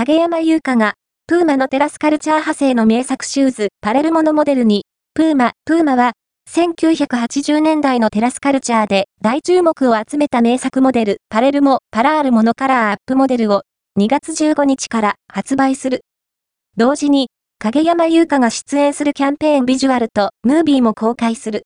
影山優佳が、プーマのテラスカルチャー派生の名作シューズ、パレルモのモデルに、プーマは、1980年代のテラスカルチャーで大注目を集めた名作モデル、パレルモ、パラールモのカラーアップモデルを、2月15日から発売する。同時に、影山優佳が出演するキャンペーンビジュアルとムービーも公開する。